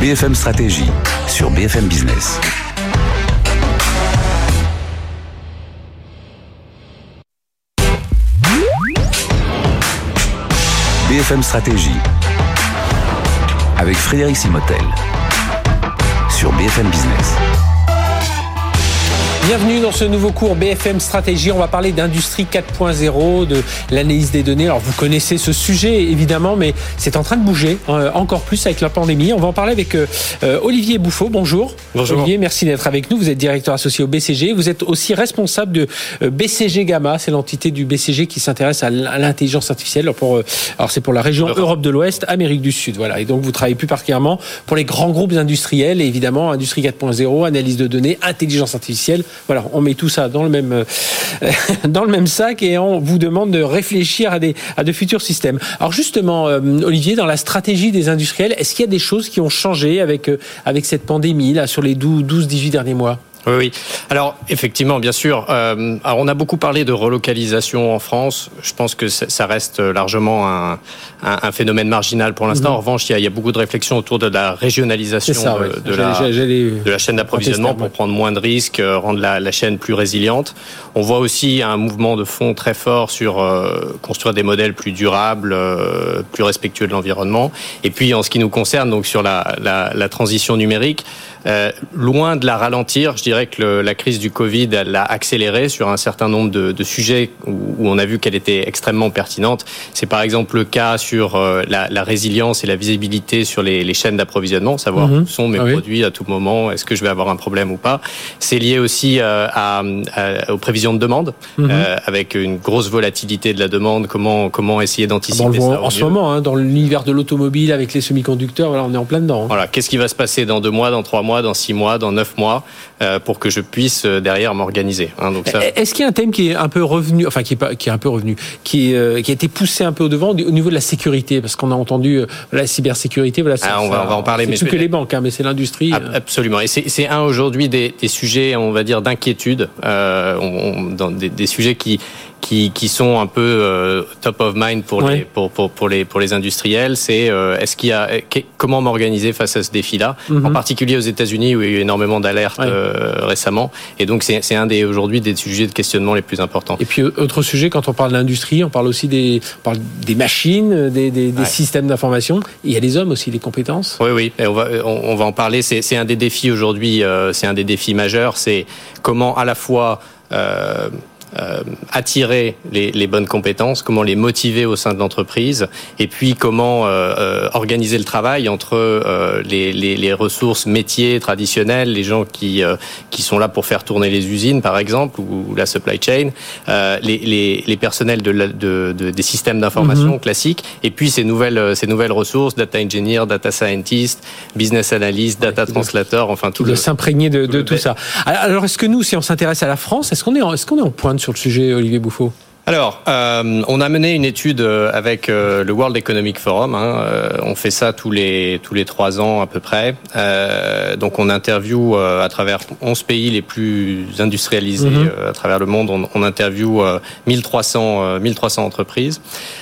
BFM Stratégie sur BFM Business. BFM Stratégie avec Frédéric Simotel sur BFM Business. Bienvenue dans ce nouveau cours BFM Stratégie. On va parler d'industrie 4.0, de l'analyse des données. Alors vous connaissez ce sujet évidemment, mais c'est en train de bouger encore plus avec la pandémie. On va en parler avec Olivier Bouffaut. Bonjour. Bonjour. Olivier, merci d'être avec nous. Vous êtes directeur associé au BCG. Vous êtes aussi responsable de BCG Gamma. C'est l'entité du BCG qui s'intéresse à l'intelligence artificielle. Alors c'est pour la région Europe de l'Ouest, Amérique du Sud. Voilà. Et donc vous travaillez plus particulièrement pour les grands groupes industriels et évidemment industrie 4.0, analyse de données, intelligence artificielle. Voilà, on met tout ça dans le même sac et on vous demande de réfléchir à de futurs systèmes. Alors justement, Olivier, dans la stratégie des industriels, est-ce qu'il y a des choses qui ont changé avec cette pandémie là sur les 12-18 derniers mois ? Oui. Alors, effectivement, bien sûr. Alors, on a beaucoup parlé de relocalisation en France. Je pense que ça reste largement un phénomène marginal pour l'instant. En revanche, il y a beaucoup de réflexions autour de la régionalisation de la chaîne d'approvisionnement pour prendre moins de risques, rendre la chaîne plus résiliente. On voit aussi un mouvement de fond très fort sur construire des modèles plus durables, plus respectueux de l'environnement. Et puis, en ce qui nous concerne, donc sur la transition numérique, loin de la ralentir, je dirais que la crise du Covid l'a accélérée sur un certain nombre de sujets où on a vu qu'elle était extrêmement pertinente. C'est par exemple le cas sur la résilience et la visibilité sur les chaînes d'approvisionnement, savoir où sont mes produits à tout moment, est-ce que je vais avoir un problème ou pas. C'est lié aussi aux prévisions de demande, avec une grosse volatilité de la demande, comment essayer d'anticiper ça. En ce moment, dans l'univers de l'automobile, avec les semi-conducteurs, voilà, on est en plein dedans. Voilà, qu'est-ce qui va se passer dans 2 mois, dans 3 mois, dans 6 mois, dans 9 mois, pour que je puisse derrière m'organiser. Donc ça... Est-ce qu'il y a un thème qui est un peu revenu, enfin qui a été poussé un peu au devant au niveau de la sécurité, parce qu'on a entendu la cybersécurité, voilà. On va en parler, mais c'est plus que les banques, mais c'est l'industrie. Absolument. Et c'est aujourd'hui des sujets, on va dire, d'inquiétude, dans des sujets qui sont un peu top of mind pour les industriels. C'est comment m'organiser face à ce défi-là, en particulier aux États-Unis où il y a eu énormément d'alertes récemment, et donc c'est aujourd'hui des sujets de questionnement les plus importants. Et puis autre sujet, quand on parle de l'industrie, on parle aussi des machines, des systèmes d'information. Il y a les hommes aussi, les compétences. Oui, et on va en parler. C'est un des défis aujourd'hui, c'est un des défis majeurs. C'est comment à la fois attirer les bonnes compétences, comment les motiver au sein de l'entreprise, et puis comment organiser le travail entre les ressources métiers traditionnelles, les gens qui sont là pour faire tourner les usines par exemple, ou la supply chain, les personnels des systèmes d'information classiques, et puis ces nouvelles ressources, data engineer, data scientist, business analyst, data translator, enfin tout de s'imprégner de tout ça. Alors est-ce que nous, si on s'intéresse à la France, est-ce qu'on est en pointe sur le sujet, Olivier Bouffaut ? Alors, on a mené une étude avec le World Economic Forum. On fait ça tous les 3 ans à peu près. Donc, on interviewe à travers 11 pays les plus industrialisés à travers le monde. On interviewe 1300 entreprises.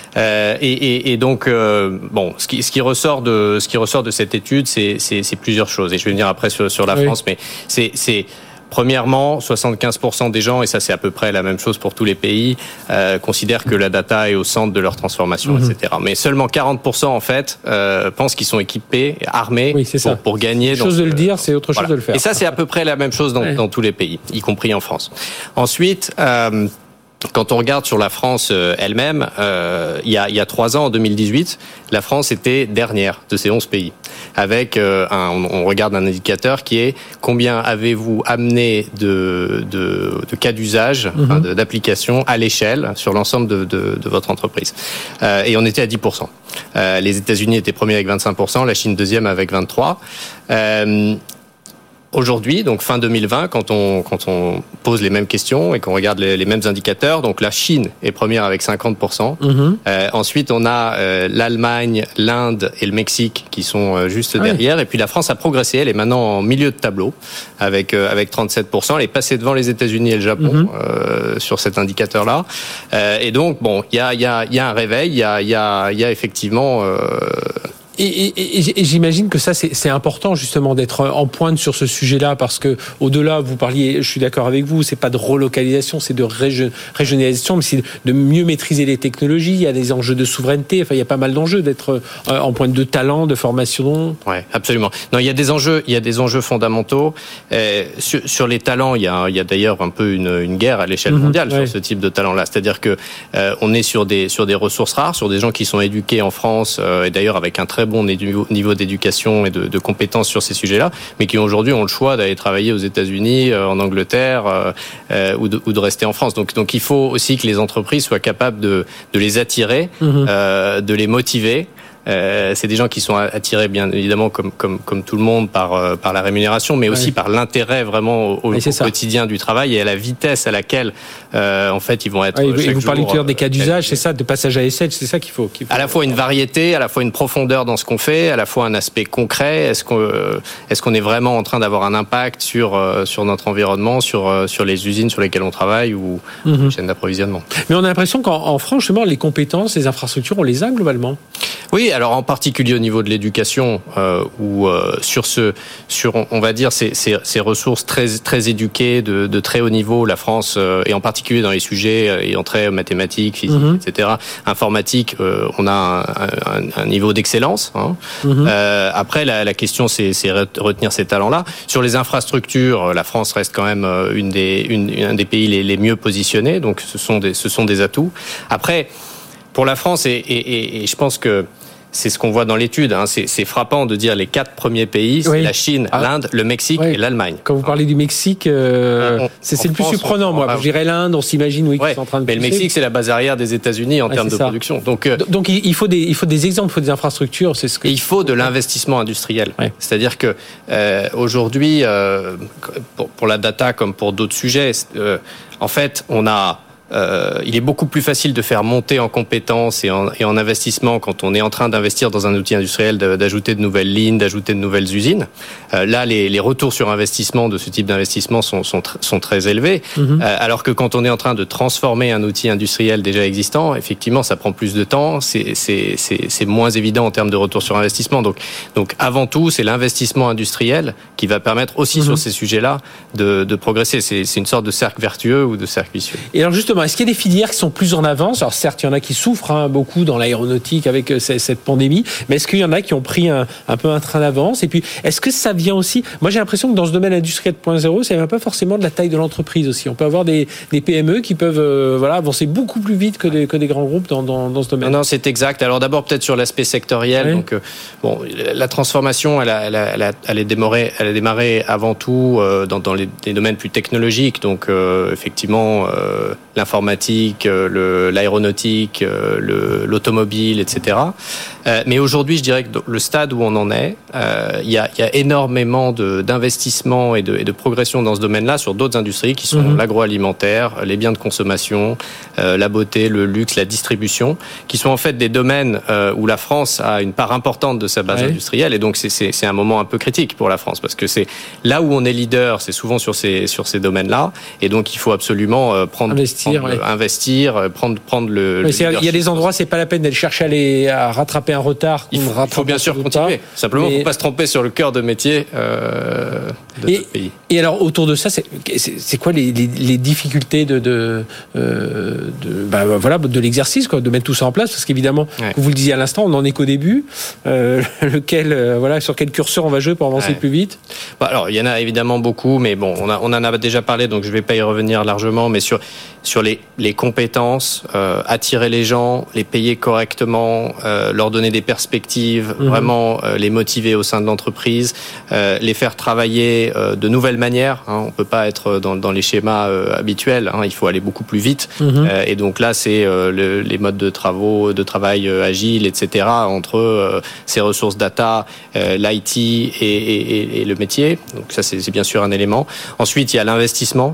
Et donc, ce qui ressort de cette étude, c'est plusieurs choses. Et je vais venir après sur la France, mais c'est premièrement, 75% des gens, et ça c'est à peu près la même chose pour tous les pays, considèrent que la data est au centre de leur transformation, etc. Mais seulement 40% en fait pensent qu'ils sont équipés, armés pour gagner. C'est une chose de le dire, c'est autre chose de le faire. Et ça c'est à peu près la même chose dans tous les pays, y compris en France. Ensuite, quand on regarde sur la France elle-même, il y a 3 ans, en 2018, la France était dernière de ces 11 pays. Avec on regarde un indicateur qui est combien avez-vous amené de cas d'usage, d'application à l'échelle sur l'ensemble de votre entreprise. Et on était à 10%. Les États-Unis étaient premiers avec 25%, la Chine deuxième avec 23%. Aujourd'hui, donc fin 2020, quand on pose les mêmes questions et qu'on regarde les mêmes indicateurs, donc la Chine est première avec 50%. Ensuite, on a l'Allemagne, l'Inde et le Mexique qui sont juste derrière. Et puis la France a progressé, elle est maintenant en milieu de tableau avec 37%. Elle est passée devant les États-Unis et le Japon sur cet indicateur-là. Et donc, bon, il y a un réveil, il y a effectivement Et j'imagine que ça, c'est important justement d'être en pointe sur ce sujet-là, parce que au-delà, vous parliez, je suis d'accord avec vous, c'est pas de relocalisation, c'est de régionalisation, mais c'est de mieux maîtriser les technologies. Il y a des enjeux de souveraineté. Enfin, il y a pas mal d'enjeux d'être en pointe de talent, de formation. Ouais, absolument. Non, il y a des enjeux fondamentaux. Sur les talents, il y a d'ailleurs un peu une guerre à l'échelle mondiale sur ce type de talent-là. C'est-à-dire que on est sur des ressources rares, sur des gens qui sont éduqués en France et d'ailleurs avec un très bon niveau d'éducation et de compétences sur ces sujets-là, mais qui aujourd'hui ont le choix d'aller travailler aux États-Unis, en Angleterre ou de rester en France. Donc il faut aussi que les entreprises soient capables de les attirer, de les motiver. C'est des gens qui sont attirés bien évidemment comme tout le monde par la rémunération, mais aussi par l'intérêt vraiment au quotidien du travail et à la vitesse à laquelle en fait ils vont être. Et vous parlez tout à l'heure des cas d'usage, c'est ça, de passage à essai, c'est ça qu'il faut. À la fois une variété, à la fois une profondeur dans ce qu'on fait, à la fois un aspect concret. Est-ce qu'on est vraiment en train d'avoir un impact sur notre environnement, sur les usines sur lesquelles on travaille ou les chaînes d'approvisionnement. Mais on a l'impression qu'en France, justement, les compétences, les infrastructures, on les a globalement. Oui, alors en particulier au niveau de l'éducation, où on va dire ces ressources très éduquées de très haut niveau, la France et en particulier dans les sujets ayant trait mathématiques, physique, etc., informatique, on a un niveau d'excellence. Après, la question c'est retenir ces talents-là. Sur les infrastructures, la France reste quand même un des pays les mieux positionnés, donc ce sont des atouts. Après, pour la France et je pense que c'est ce qu'on voit dans l'étude. C'est frappant de dire les 4 premiers pays, c'est la Chine, l'Inde, le Mexique et l'Allemagne. Quand vous parlez du Mexique, c'est le plus surprenant. Moi, je dirais l'Inde. On s'imagine, qu'ils sont en train de. Mais le Mexique, c'est la base arrière des États-Unis en termes de production. Donc, il faut des exemples, il faut des infrastructures. C'est ce que. Et il faut de l'investissement industriel. C'est-à-dire que aujourd'hui, pour la data comme pour d'autres sujets, en fait, il est beaucoup plus facile de faire monter en compétences et en investissement quand on est en train d'investir dans un outil industriel, d'ajouter de nouvelles lignes, d'ajouter de nouvelles usines. Là, les retours sur investissement de ce type d'investissement sont très élevés. Alors que quand on est en train de transformer un outil industriel déjà existant, effectivement, ça prend plus de temps. C'est moins évident en termes de retour sur investissement. Donc avant tout, c'est l'investissement industriel qui va permettre aussi sur ces sujets-là de progresser. C'est une sorte de cercle vertueux ou de cercle vicieux. Et alors justement, est-ce qu'il y a des filières qui sont plus en avance ? Alors certes, il y en a qui souffrent beaucoup dans l'aéronautique avec cette pandémie, mais est-ce qu'il y en a qui ont pris un peu un train d'avance ? Et puis, est-ce que ça vient aussi... Moi, j'ai l'impression que dans ce domaine industriel 2.0, ça ne vient pas forcément de la taille de l'entreprise aussi. On peut avoir des PME qui peuvent avancer beaucoup plus vite que des grands groupes dans ce domaine. Non, c'est exact. Alors d'abord, peut-être sur l'aspect sectoriel. Donc, la transformation, elle a démarré avant tout dans les domaines plus technologiques. Donc, effectivement... l'informatique, l'aéronautique, l'automobile, etc. Mais aujourd'hui, je dirais que le stade où on en est, il y a énormément d'investissements et de progression dans ce domaine-là sur d'autres industries qui sont l'agroalimentaire, les biens de consommation, la beauté, le luxe, la distribution, qui sont en fait des domaines où la France a une part importante de sa base industrielle. Et donc, c'est un moment un peu critique pour la France parce que c'est là où on est leader, c'est souvent sur ces domaines-là. Et donc, il faut absolument investir, prendre le il y a des endroits, c'est pas la peine d'aller chercher à rattraper un retard. Il faut bien sûr continuer. Simplement, il ne faut pas se tromper sur le cœur de métier de notre pays. Et alors, autour de ça, c'est quoi les difficultés de l'exercice, quoi, de mettre tout ça en place ? Parce qu'évidemment, comme vous le disiez à l'instant, on n'en est qu'au début. Sur quel curseur on va jouer pour avancer plus vite ? Alors, il y en a évidemment beaucoup, mais bon, on en a déjà parlé, donc je ne vais pas y revenir largement, mais sur les compétences, attirer les gens, les payer correctement, leur donner des perspectives, vraiment les motiver au sein de l'entreprise, les faire travailler de nouvelles manières. On peut pas être dans les schémas habituels. Il faut aller beaucoup plus vite. Et donc là, c'est les modes de travail agiles, etc. Entre ces ressources data, l'IT et le métier. Donc ça, c'est bien sûr un élément. Ensuite, il y a l'investissement.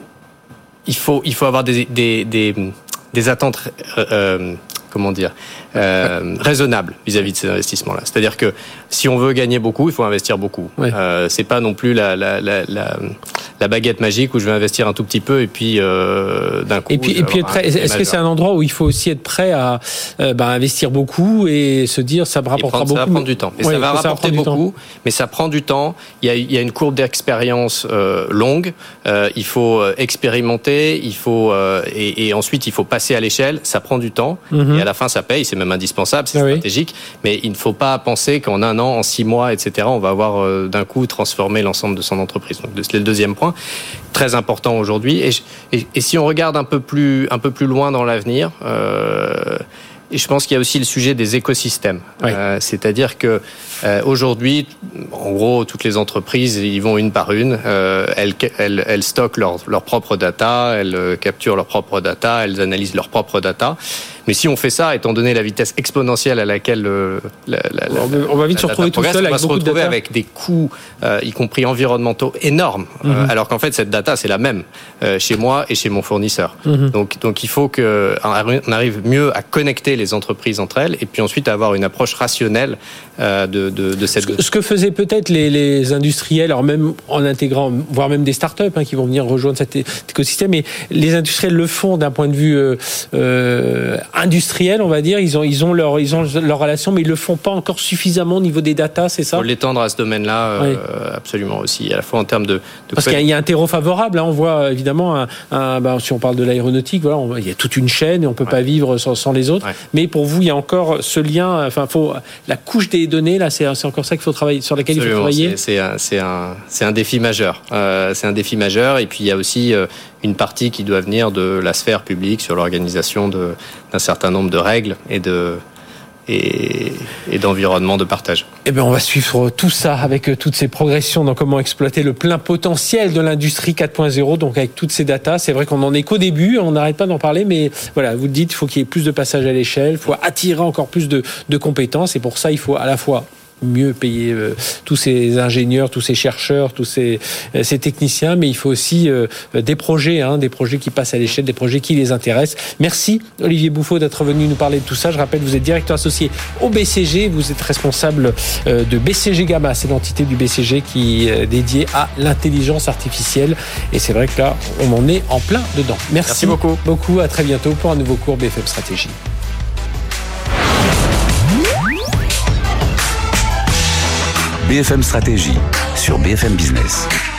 Il faut avoir des attentes raisonnable vis-à-vis de ces investissements-là. C'est-à-dire que si on veut gagner beaucoup, il faut investir beaucoup. C'est pas non plus la baguette magique où je vais investir un tout petit peu et puis d'un coup. Et puis être prêt. Est-ce que c'est un endroit où il faut aussi être prêt à investir beaucoup et se dire ça me rapportera beaucoup? Ça va prendre du temps. Mais ça va rapporter beaucoup, mais ça prend du temps. Il y a une courbe d'expérience longue. Il faut expérimenter. Il faut et ensuite il faut passer à l'échelle. Ça prend du temps et à la fin ça paye. C'est même indispensable. C'est stratégique. Mais il ne faut pas penser qu'en 1 an, en 6 mois, etc. on va avoir d'un coup transformé l'ensemble de son entreprise. Donc c'est le deuxième point. Très important aujourd'hui. Et si on regarde un peu plus loin dans l'avenir, et je pense qu'il y a aussi le sujet des écosystèmes. C'est-à-dire que aujourd'hui, en gros, toutes les entreprises, ils vont une par une. Elles stockent leur propre data, elles capturent leur propre data, elles analysent leur propre data. Mais si on fait ça, étant donné la vitesse exponentielle à laquelle on va vite se retrouver tout seul avec beaucoup de data, avec des coûts, y compris environnementaux, énormes. Alors qu'en fait, cette data, c'est la même chez moi et chez mon fournisseur. Donc, il faut qu'on arrive mieux à connecter les entreprises entre elles et puis ensuite à avoir une approche rationnelle de cette donnée. Ce que faisaient peut-être les industriels, alors même en intégrant, voire même des startups qui vont venir rejoindre cet écosystème, mais les industriels le font d'un point de vue industriel, on va dire. Ils ont leur relation, mais ils le font pas encore suffisamment au niveau des datas, c'est ça? Il faut l'étendre à ce domaine-là, absolument aussi, à la fois en termes de parce qu'il y a un terreau favorable. On voit évidemment si on parle de l'aéronautique, voilà, il y a toute une chaîne et on peut pas vivre sans les autres. Mais pour vous, il y a encore ce lien. La couche des données là, c'est encore ça qu'il faut travailler, sur laquelle il faut travailler. C'est un défi majeur. C'est un défi majeur. Et puis il y a aussi une partie qui doit venir de la sphère publique sur l'organisation d'un certain nombre de règles et d'environnement de partage. On va suivre tout ça avec toutes ces progressions dans comment exploiter le plein potentiel de l'industrie 4.0, donc avec toutes ces datas. C'est vrai qu'on n'en est qu'au début, on n'arrête pas d'en parler, mais voilà, vous le dites, il faut qu'il y ait plus de passage à l'échelle, il faut attirer encore plus de compétences, et pour ça, il faut à la fois mieux payer tous ces ingénieurs, tous ces chercheurs, tous ces techniciens, mais il faut aussi des projets qui passent à l'échelle, des projets qui les intéressent. Merci Olivier Bouffaut d'être venu nous parler de tout ça. Je rappelle, vous êtes directeur associé au BCG, vous êtes responsable de BCG Gamma, c'est l'entité du BCG qui est dédiée à l'intelligence artificielle, et c'est vrai que là, on en est en plein dedans. Merci beaucoup, à très bientôt pour un nouveau cours BFM Stratégie. BFM Stratégie sur BFM Business.